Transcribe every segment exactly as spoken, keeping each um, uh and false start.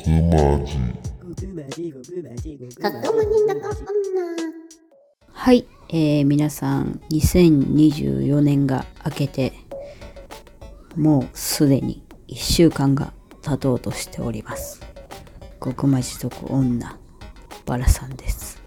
マジはい、えー、皆さんにせんにじゅうよねんが明けてもうすでにいっしゅうかんが経とうとしております。極魔持続女バラさんです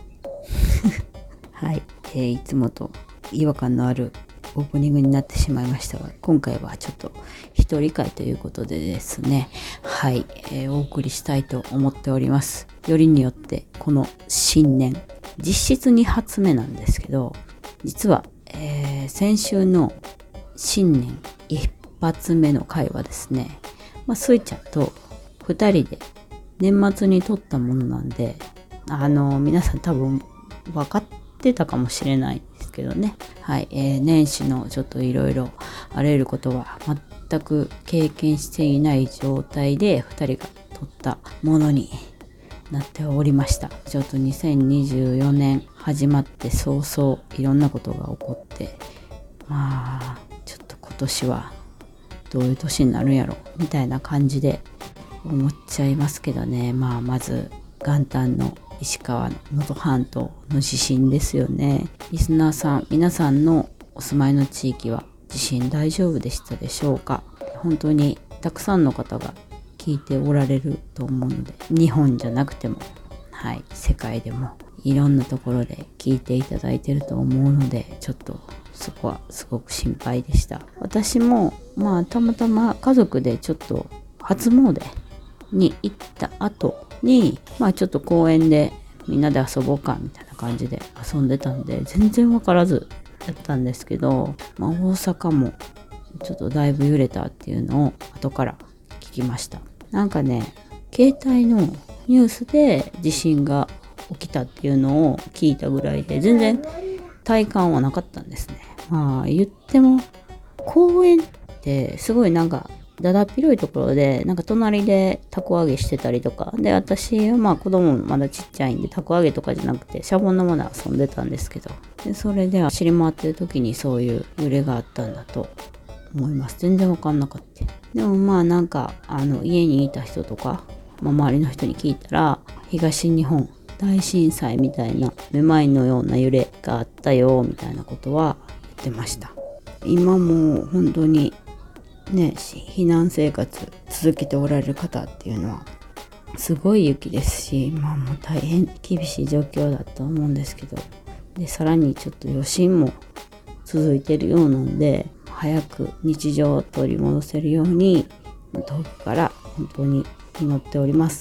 はい、えー、いつもと違和感のあるオープニングになってしまいましたが、今回はちょっと一人会ということでですね、はい、えー、お送りしたいと思っております。よりによってこの新年実質に発目なんですけど、実は、えー、先週の新年一発目の回はですね、まあ、スイちゃんとふたりで年末に撮ったものなんで、あのー、皆さん多分分かってたかもしれないんですけどね。はい、えー、年始のちょっといろいろあらゆることは全く経験していない状態でふたりが撮ったものになっておりました。ちょっとにせんにじゅうよねん始まって早々いろんなことが起こって、まあちょっと今年はどういう年になるんやろみたいな感じで思っちゃいますけどね。まあまず元旦の石川の能登半島の地震ですよね。リスナーさん、皆さんのお住まいの地域は地震大丈夫でしたでしょうか。本当にたくさんの方が聞いておられると思うので、日本じゃなくても、はい、世界でもいろんなところで聞いていただいてると思うので、ちょっとそこはすごく心配でした。私もまあたまたま家族でちょっと初詣に行った後に、まあちょっと公園でみんなで遊ぼうかみたいな感じで遊んでたんで、全然わからずやったんですけど、まあ大阪もちょっとだいぶ揺れたっていうのを後から聞きました。なんかね、携帯のニュースで地震が起きたっていうのを聞いたぐらいで、全然体感はなかったんですね。まあ言っても公園ってすごいなんかだだっ広いところで、なんか隣でたこ揚げしてたりとかで、私はまあ子供まだちっちゃいんでたこ揚げとかじゃなくてシャボン玉で遊んでたんですけど、でそれで走り回ってる時にそういう揺れがあったんだと思います。全然わかんなかった。でもまあなんかあの家にいた人とか、まあ、周りの人に聞いたら、東日本大震災みたいなめまいのような揺れがあったよみたいなことは言ってました。今も本当にね、避難生活続けておられる方っていうのはすごい雪ですし、まあもう大変厳しい状況だと思うんですけど、でさらにちょっと余震も続いてるようなんで、早く日常を取り戻せるように遠くから本当に祈っております。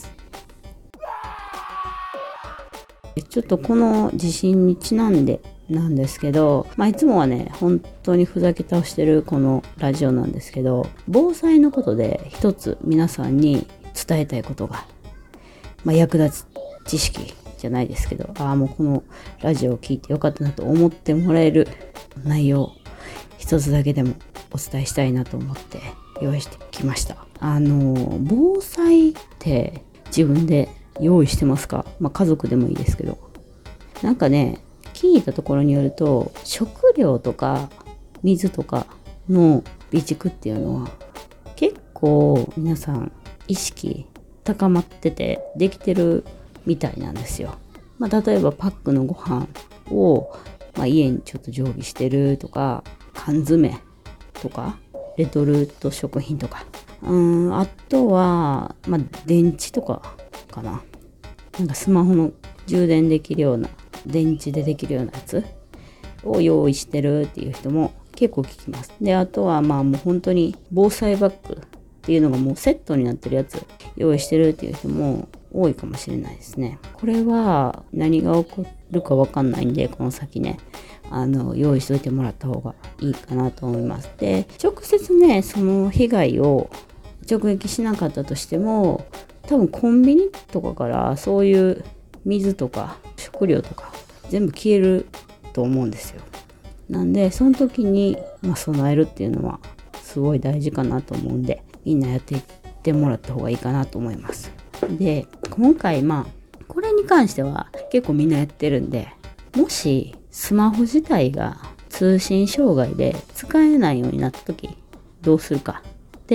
ちょっとこの地震にちなんでなんですけど、まあいつもはね本当にふざけ倒してるこのラジオなんですけど、防災のことで一つ皆さんに伝えたいことが、まあ役立つ知識じゃないですけど、ああもうこのラジオを聞いてよかったなと思ってもらえる内容一つだけでもお伝えしたいなと思って用意してきました。あの防災って自分で用意してますか？まあ家族でもいいですけど、なんかね聞いたところによると、食料とか水とかの備蓄っていうのは結構皆さん意識高まっててできてるみたいなんですよ。まあ例えばパックのご飯を、まあ、家にちょっと常備してるとか、缶詰とかレトルト食品とか、うーんあとはまあ電池とかかな。なんかスマホの充電できるような電池でできるようなやつを用意してるっていう人も結構聞きます。で、あとはまあもう本当に防災バッグっていうのがもうセットになってるやつ用意してるっていう人も多いかもしれないですね。これは何が起こるかわかんないんで、この先ねあの用意しといてもらった方がいいかなと思います。で、直接ねその被害を直撃しなかったとしても、多分コンビニとかからそういう水とか食料とか全部消えると思うんですよ。なんでその時に、まあ、備えるっていうのはすごい大事かなと思うんで、みんなやっていってもらった方がいいかなと思います。で、今回まあこれに関しては結構みんなやってるんで、もしスマホ自体が通信障害で使えないようになった時どうするかって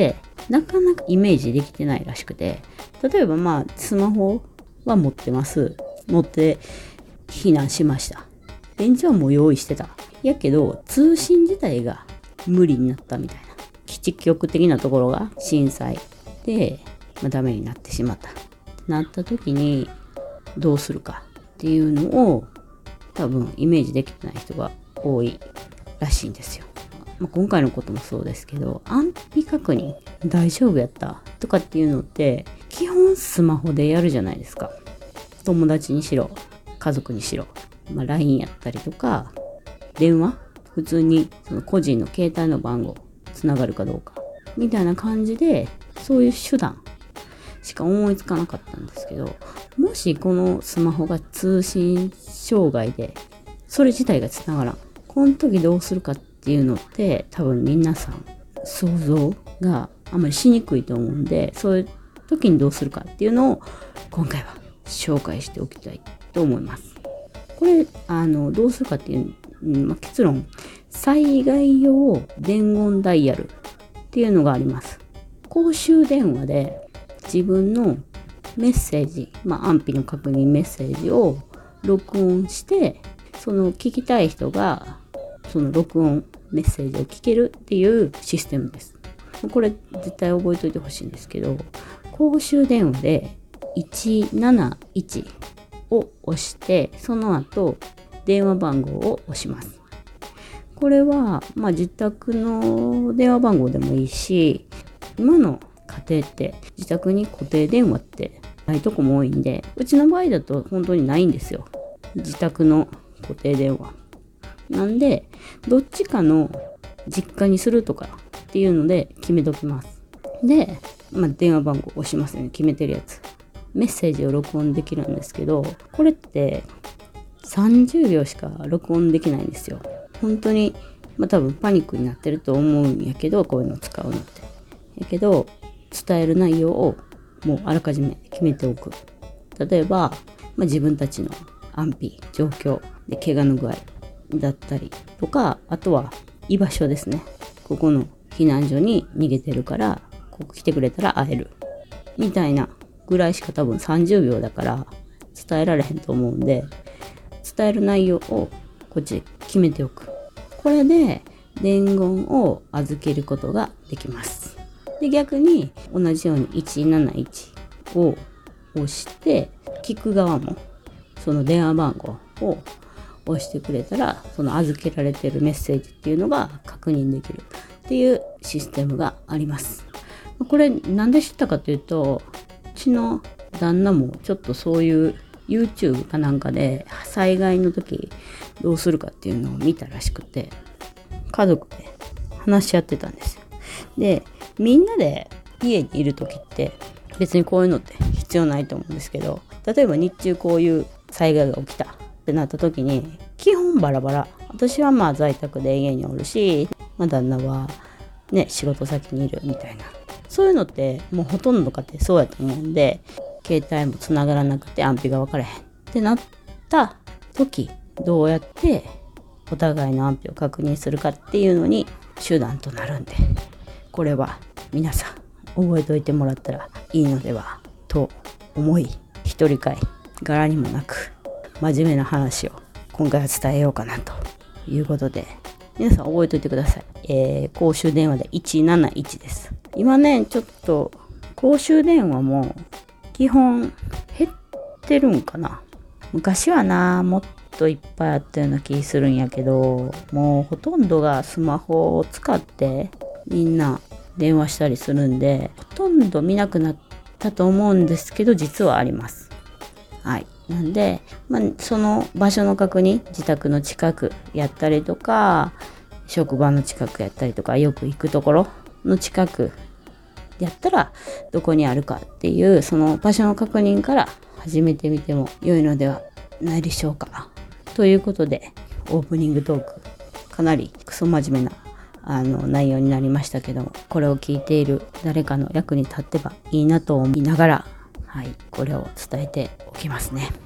なかなかイメージできてないらしくて、例えばまあスマホは持ってます。持って避難しました。電池はもう用意してた。やけど通信自体が無理になったみたいな。基地局的なところが震災で、まあ、ダメになってしまった。なった時にどうするかっていうのを多分イメージできてない人が多いらしいんですよ。まあ、今回のこともそうですけど、安否確認大丈夫やったとかっていうのって基本スマホでやるじゃないですか。友達にしろ家族にしろ、まあ、ライン やったりとか電話、普通にその個人の携帯の番号つながるかどうかみたいな感じで、そういう手段しか思いつかなかったんですけど、もしこのスマホが通信障害でそれ自体がつながらん、この時どうするかっていうのって多分皆さん想像があまりしにくいと思うんで、そういう時にどうするかっていうのを今回は紹介しておきたいと思います。これあのどうするかっていう、まあ、結論、災害用伝言ダイヤルっていうのがあります。公衆電話で自分のメッセージ、まあ、安否の確認メッセージを録音して、その聞きたい人がその録音メッセージを聞けるっていうシステムです。これ絶対覚えておいてほしいんですけど、公衆電話でいちなないちを押して、その後電話番号を押します。これはまあ自宅の電話番号でもいいし、今の家庭って自宅に固定電話ってないとこも多いんで、うちの場合だと本当にないんですよ、自宅の固定電話なんで、どっちかの実家にするとかっていうので決めときます。で、まあ、電話番号押しますよね、決めてるやつ。メッセージを録音できるんですけど、これってさんじゅうびょうしか録音できないんですよ。本当に、まあ多分パニックになってると思うんやけど、こういうの使うのって。やけど、伝える内容をもうあらかじめ決めておく。例えば、まあ、自分たちの安否、状況で怪我の具合だったりとか、あとは居場所ですね。ここの避難所に逃げてるから、ここ来てくれたら会える。みたいなぐらいしか多分さんじゅうびょうだから伝えられへんと思うんで、伝える内容をこっちで決めておく。これで伝言を預けることができます。で、逆に同じようにいちなないちを押して、聞く側もその電話番号を押してくれたら、その預けられているメッセージっていうのが確認できるっていうシステムがあります。これなんで知ったかというと、うちの旦那もちょっとそういう YouTube かなんかで災害の時どうするかっていうのを見たらしくて、家族で話し合ってたんですよ。で、みんなで家にいる時って別にこういうのって必要ないと思うんですけど、例えば日中こういう災害が起きたってなった時に基本バラバラ。私はまあ在宅で家におるし、まあ、旦那はね仕事先にいるみたいな、そういうのってもうほとんどの家庭そうやと思うんで、携帯もつながらなくて安否が分からへんってなった時、どうやってお互いの安否を確認するかっていうのに手段となるんで、これは皆さん覚えておいてもらったらいいのではと思い、一人会柄にもなく真面目な話を今回は伝えようかなということで、皆さん覚えておいてください。えー、公衆電話でいちなないちです。今ね、ちょっと公衆電話も基本減ってるんかな。昔はな、もっといっぱいあったような気するんやけど、もうほとんどがスマホを使ってみんな電話したりするんで、ほとんど見なくなったと思うんですけど、実はあります。はい。なんで、まあ、その場所の確認、自宅の近くやったりとか、職場の近くやったりとか、よく行くところの近くやったらどこにあるかっていうその場所の確認から始めてみても良いのではないでしょうか。ということで、オープニングトークかなりクソ真面目なあの内容になりましたけども、これを聞いている誰かの役に立ってばいいなと思いながら、はい、これを伝えておきますね。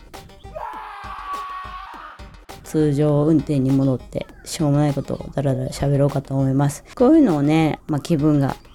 通常運転に戻ってしょうもないことをだらだら喋ろうかと思います。こういうのをね、まあ、気分が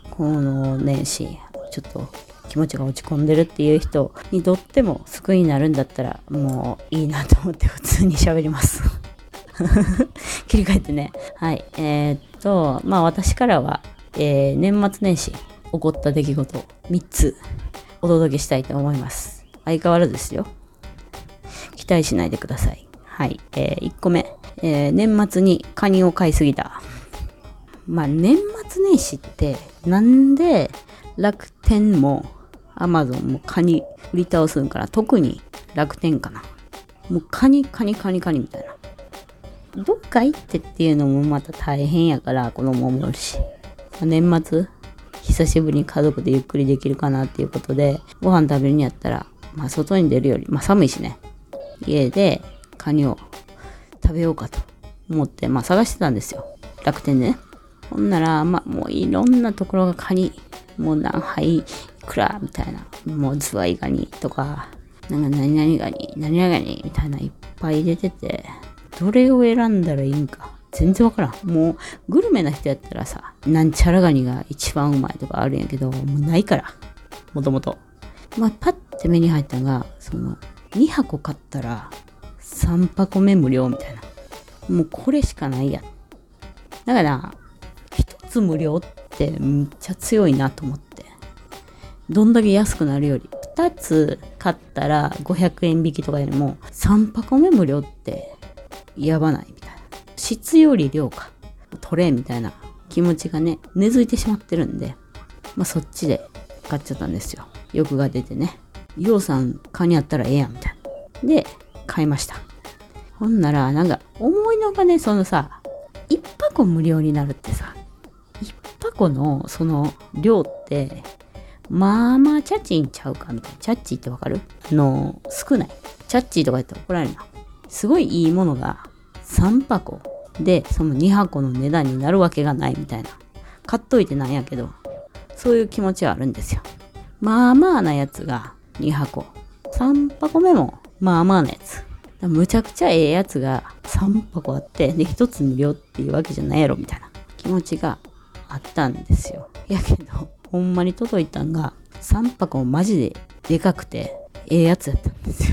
この年始ちょっと気持ちが落ち込んでるっていう人にとっても救いになるんだったらもういいなと思って普通に喋ります切り替えてね。はい。えー、っとまあ私からは、えー、年末年始起こった出来事みっつお届けしたいと思います。相変わらずですよ。期待しないでください。はい。えー、いっこめ、えー、年末にカニを買いすぎた。まあ年末年始ってなんで楽天もアマゾンもカニ売り倒すんかな。特に楽天かな。もうカニカニカニカニみたいな。どっか行ってっていうのもまた大変やから子供もおるし。年末久しぶりに家族でゆっくりできるかなっていうことでご飯食べるにやったら、まあ外に出るより、まあ寒いしね。家でカニを食べようかと思って、まあ探してたんですよ。楽天でね。ほんなら、まあもういろんなところがカニ、もう何杯いくらみたいな、もうズワイガニとか、なんか何々ガニ、何々ガニみたいないっぱい出てて、どれを選んだらいいんか全然わからん。もうグルメな人やったらさ、なんちゃらガニが一番うまいとかあるんやけど、もうないから。もともと。まあパッて目に入ったのが、そのにはこ買ったらさんぱこめ無料みたいな。もうこれしかないやん。だからひとつ無料ってめっちゃ強いなと思って。どんだけ安くなるよりふたつ買ったらごひゃくえん引きとかよりもさんぱこめ無料ってやばないみたいな。質より量か取れみたいな気持ちがね根付いてしまってるんで、まあそっちで買っちゃったんですよ。欲が出てね。ようさんカニあったらええやんみたいな。で買いました。ほんならなんか思いのがね、そのさいっぱこ無料になるってさ、いっぱこのその量ってまあまあチャッチーんちゃうかみたいな。チャッチーってわかる？あの少ない。チャッチーとか言ったら怒られるな。すごいいいものがさんぱこでそのにはこの値段になるわけがないみたいな。買っといてなんやけど、そういう気持ちはあるんですよ。まあまあなやつがにはこ、さんぱこめもまあまあなやつ。むちゃくちゃええやつがさんぱこあって、でひとつ無料っていうわけじゃないやろみたいな気持ちがあったんですよ。やけどほんまに届いたんがさんぱこマジででかくてええやつやったんですよ。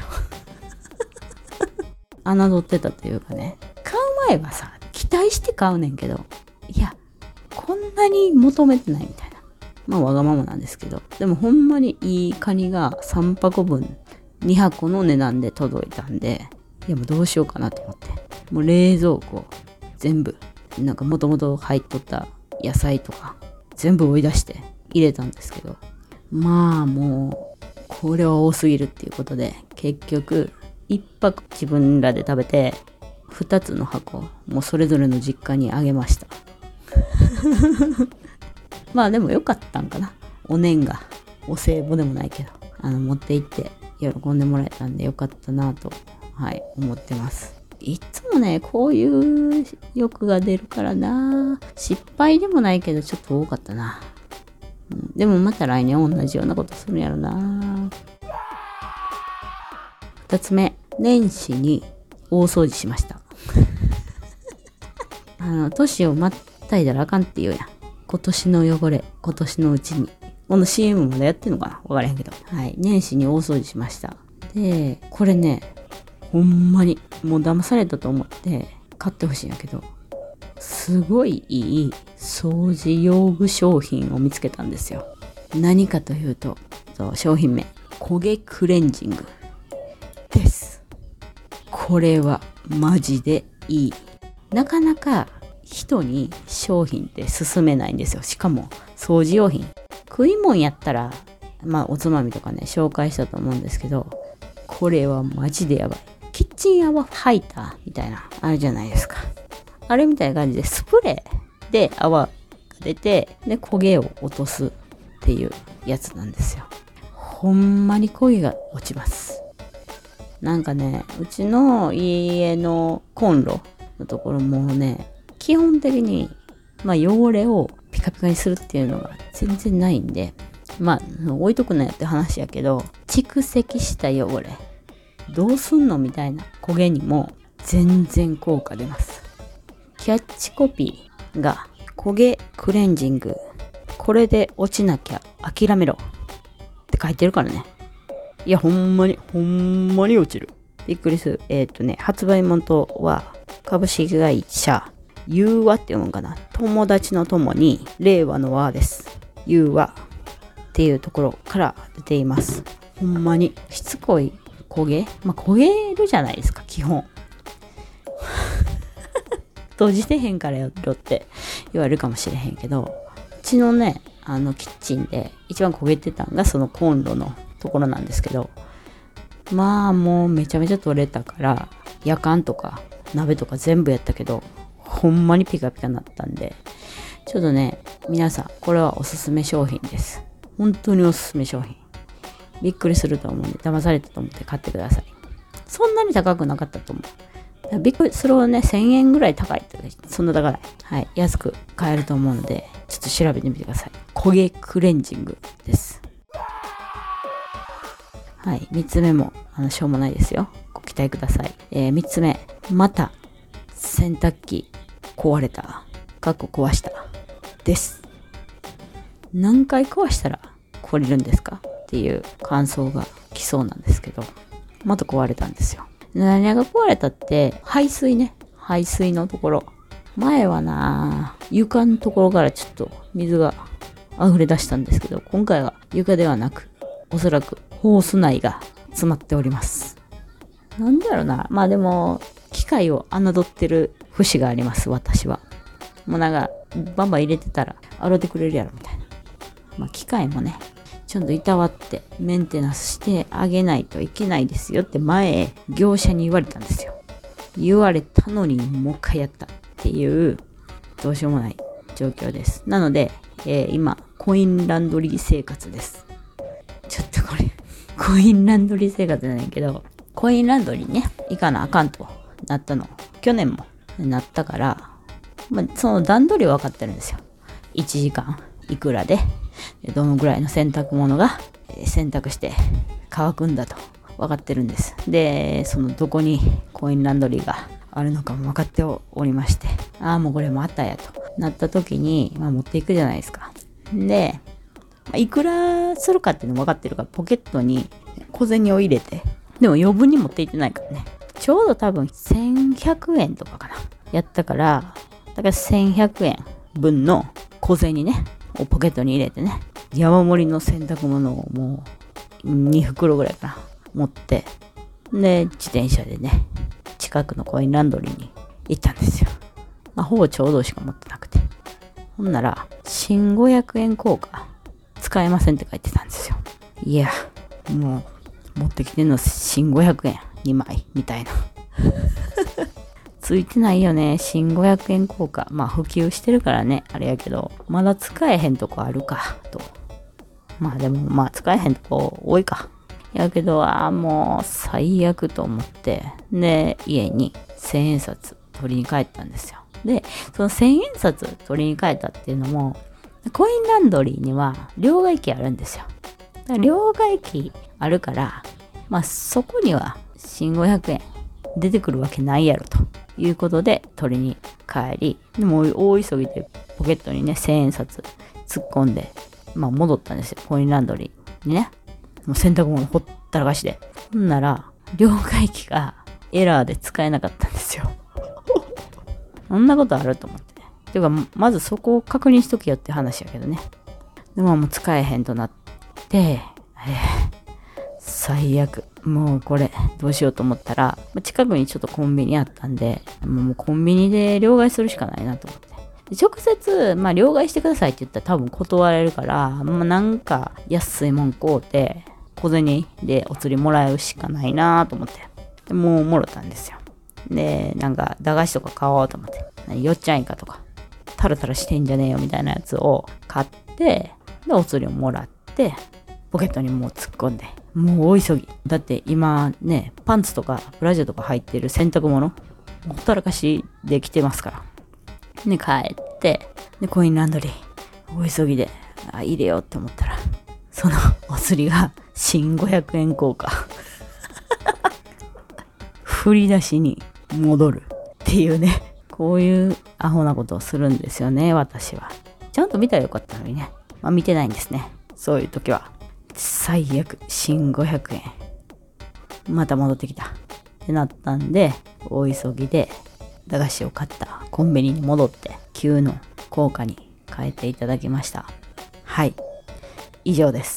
侮ってたというかね、買う前はさ期待して買うねんけど、いやこんなに求めてないみたいな。まあわがままなんですけど、でもほんまにいいカニがさんぱこぶんにはこの値段で届いたんで、いやもうどうしようかなと思って、もう冷蔵庫全部なんかもともと入っとった野菜とか全部追い出して入れたんですけど、まあもうこれは多すぎるっていうことで結局いっぱく自分らで食べてふたつの箱もうそれぞれの実家にあげました。まあでもよかったんかな。お年がお歳暮でもないけどあの持って行って喜んでもらえたんでよかったなと、はい思ってます。いつもねこういう欲が出るからな。失敗でもないけどちょっと多かったな、うん、でもまた来年同じようなことするんやろな。ふたつめ、年始に大掃除しました。あの年をまったいだらあかんって言うやん。今年の汚れ今年のうちに。この シーエム まだやってんのかなわからへんけど、はい年始に大掃除しました。でこれねほんまにもう騙されたと思って買ってほしいんやけど、すごいいい掃除用具商品を見つけたんですよ。何かというと、商品名焦げクレンジングです。これはマジでいい。なかなか人に商品って勧めないんですよ。しかも掃除用品、食い物やったらまあおつまみとかね紹介したと思うんですけど、これはマジでやばい。キッチン泡ファイターみたいなあるじゃないですか。あれみたいな感じでスプレーで泡が出て、で焦げを落とすっていうやつなんですよ。ほんまに焦げが落ちます。なんかね、うちの家のコンロのところもね、基本的にまあ汚れをピカピカにするっていうのが全然ないんで、まあ置いとくなよって話やけど、蓄積した汚れどうすんのみたいな焦げにも全然効果出ます。キャッチコピーが焦げクレンジング、 これで落ちなきゃ諦めろって書いてるからね。いや、ほんまに、ほんまに落ちる。びっくりする。えっとね、発売元は株式会社融和って読むんかな。友達の友に令和の和です。融和っていうところから出ています。ほんまにしつこい焦げ、まあ、焦げるじゃないですか、基本。閉じてへんからやろって言われるかもしれへんけど、うちのね、あのキッチンで一番焦げてたんがそのコンロのところなんですけど、まあもうめちゃめちゃ取れたから、やかんとか鍋とか全部やったけど、ほんまにピカピカになったんで、ちょっとね、皆さんこれはおすすめ商品です。本当におすすめ商品。びっくりすると思うんで、騙されたと思って買ってください。そんなに高くなかったと思う。びっくり、それをね、せんえんぐらい高いって、そんな高い。はい、安く買えると思うので、ちょっと調べてみてください。焦げクレンジングです。はい、みっつめも、あの、しょうもないですよ。ご期待ください。えー、みっつめ、また、洗濯機壊れた。かっこ壊した。です。何回壊したら壊れるんですかっていう感想が来そうなんですけど、また壊れたんですよ。何が壊れたって、排水ね。排水のところ。前はなぁ、床のところからちょっと水が溢れ出したんですけど、今回は床ではなく、おそらくホース内が詰まっております。なんだろうな。まあでも、機械を侮ってる節があります、私は。もうなんか、バンバン入れてたら洗ってくれるやろみたいな。まあ機械もね、ちゃんといたわってメンテナンスしてあげないといけないですよって前、業者に言われたんですよ。言われたのにもう一回やったっていう、どうしようもない状況です。なので、えー、今、コインランドリー生活です。ちょっとこれ、コインランドリー生活じゃないけど、コインランドリーね、行かなあかんとなったの。去年もなったから、まあ、その段取りは分かってるんですよ。いちじかんいくらで、どのぐらいの洗濯物が洗濯して乾くんだと分かってるんです。で、そのどこにコインランドリーがあるのかも分かっておりまして、ああ、もうこれもあったやとなった時に、まあ、持っていくじゃないですか。で、いくらするかっていうの分かってるから、ポケットに小銭を入れて、でも余分に持っていってないからね。ちょうど多分せんひゃくえんとかかな。やったから、だからせんひゃくえんぶんの小銭ね、をポケットに入れてね、山盛りの洗濯物をもうに袋ぐらいかな、持って、で、自転車でね、近くのコインランドリーに行ったんですよ。まあ、ほぼちょうどしか持ってなくて。ほんなら、新ごひゃくえん硬貨使えませんって書いてたんですよ。いや、もう、持ってきてんの新ごひゃくえんにまいみたいな。ついてないよね、新ごひゃくえん硬貨。まあ普及してるからね、あれやけど、まだ使えへんとこあるか、と。まあでも、まあ使えへんとこ多いか。やけど、ああ、もう最悪と思って、で、家にせんえん札取りに帰ったんですよ。で、そのせんえん札取りに帰ったっていうのも、コインランドリーには両替機あるんですよ。だから両替機あるから、まあそこには新ごひゃくえん出てくるわけないやろということで取りに帰り、でも大急ぎでポケットにねせんえん札突っ込んで、まあ戻ったんですよ、コインランドリーにね。もう洗濯物ほったらかしで。ほんなら、両替機がエラーで使えなかったんですよ。そんなことあると思って。ていうか、まずそこを確認しときよって話やけどね。でももう使えへんとなって、えー、最悪。もうこれ、どうしようと思ったら、近くにちょっとコンビニあったんで、もうコンビニで両替するしかないなと思って。直接、まあ、両替してくださいって言ったら多分断られるから、まあ、なんか安いもん買うて、小銭でお釣りもらうしかないなと思って。でもうもろたんですよ。で、なんか駄菓子とか買おうと思って。よっちゃんいかとか、タラタラしてんじゃねえよみたいなやつを買って、で、お釣りをもらって、ポケットにもう突っ込んで、もう大急ぎ。だって今ね、パンツとかブラジャーとか入ってる洗濯物、ほったらかしで着てますから。で、帰って、で、コインランドリー、大急ぎで、あ、入れようって思ったら、そのお釣りが、新ごひゃくえん硬貨。振り出しに戻るっていうね、こういうアホなことをするんですよね、私は。ちゃんと見たらよかったのにね。 まあ見てないんですね。そういう時は。最悪、新ごひゃくえん。また戻ってきた。ってなったんで、大急ぎで駄菓子を買ったコンビニに戻って、旧の硬貨に変えていただきました。はい。以上です。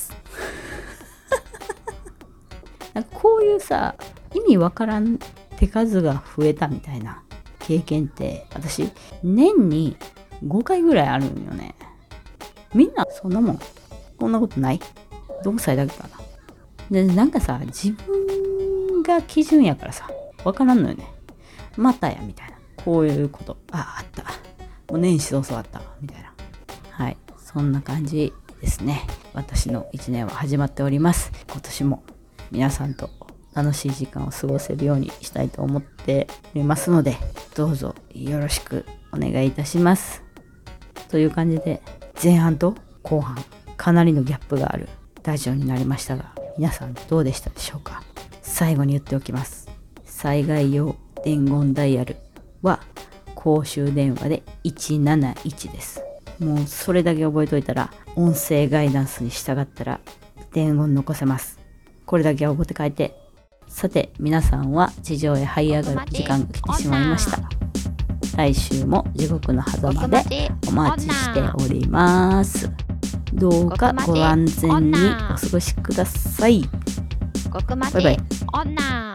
なんかこういうさ、意味わからん手数が増えたみたいな経験って私年にごかいぐらいあるんよね。みんなそんなもんこんなことない？どこさえだけかな。でなんかさ、自分が基準やからさわからんのよね。またやみたいな、こういうこと、ああったもう年始早々あったみたいな。はい、そんな感じですね。私のいちねんは始まっております。今年も皆さんと楽しい時間を過ごせるようにしたいと思っていますので、どうぞよろしくお願いいたします。という感じで、前半と後半かなりのギャップがあるラジオになりましたが、皆さんどうでしたでしょうか。最後に言っておきます。災害用伝言ダイヤルは公衆電話でいちなないちです。もうそれだけ覚えといたら、音声ガイダンスに従ったら伝言残せます。これだけは覚えて帰って。さて皆さんは地上へ這い上がる時間が来てしまいました。来週も地獄の狭間でお待ちしております。どうかご安全にお過ごしください。バイバイ。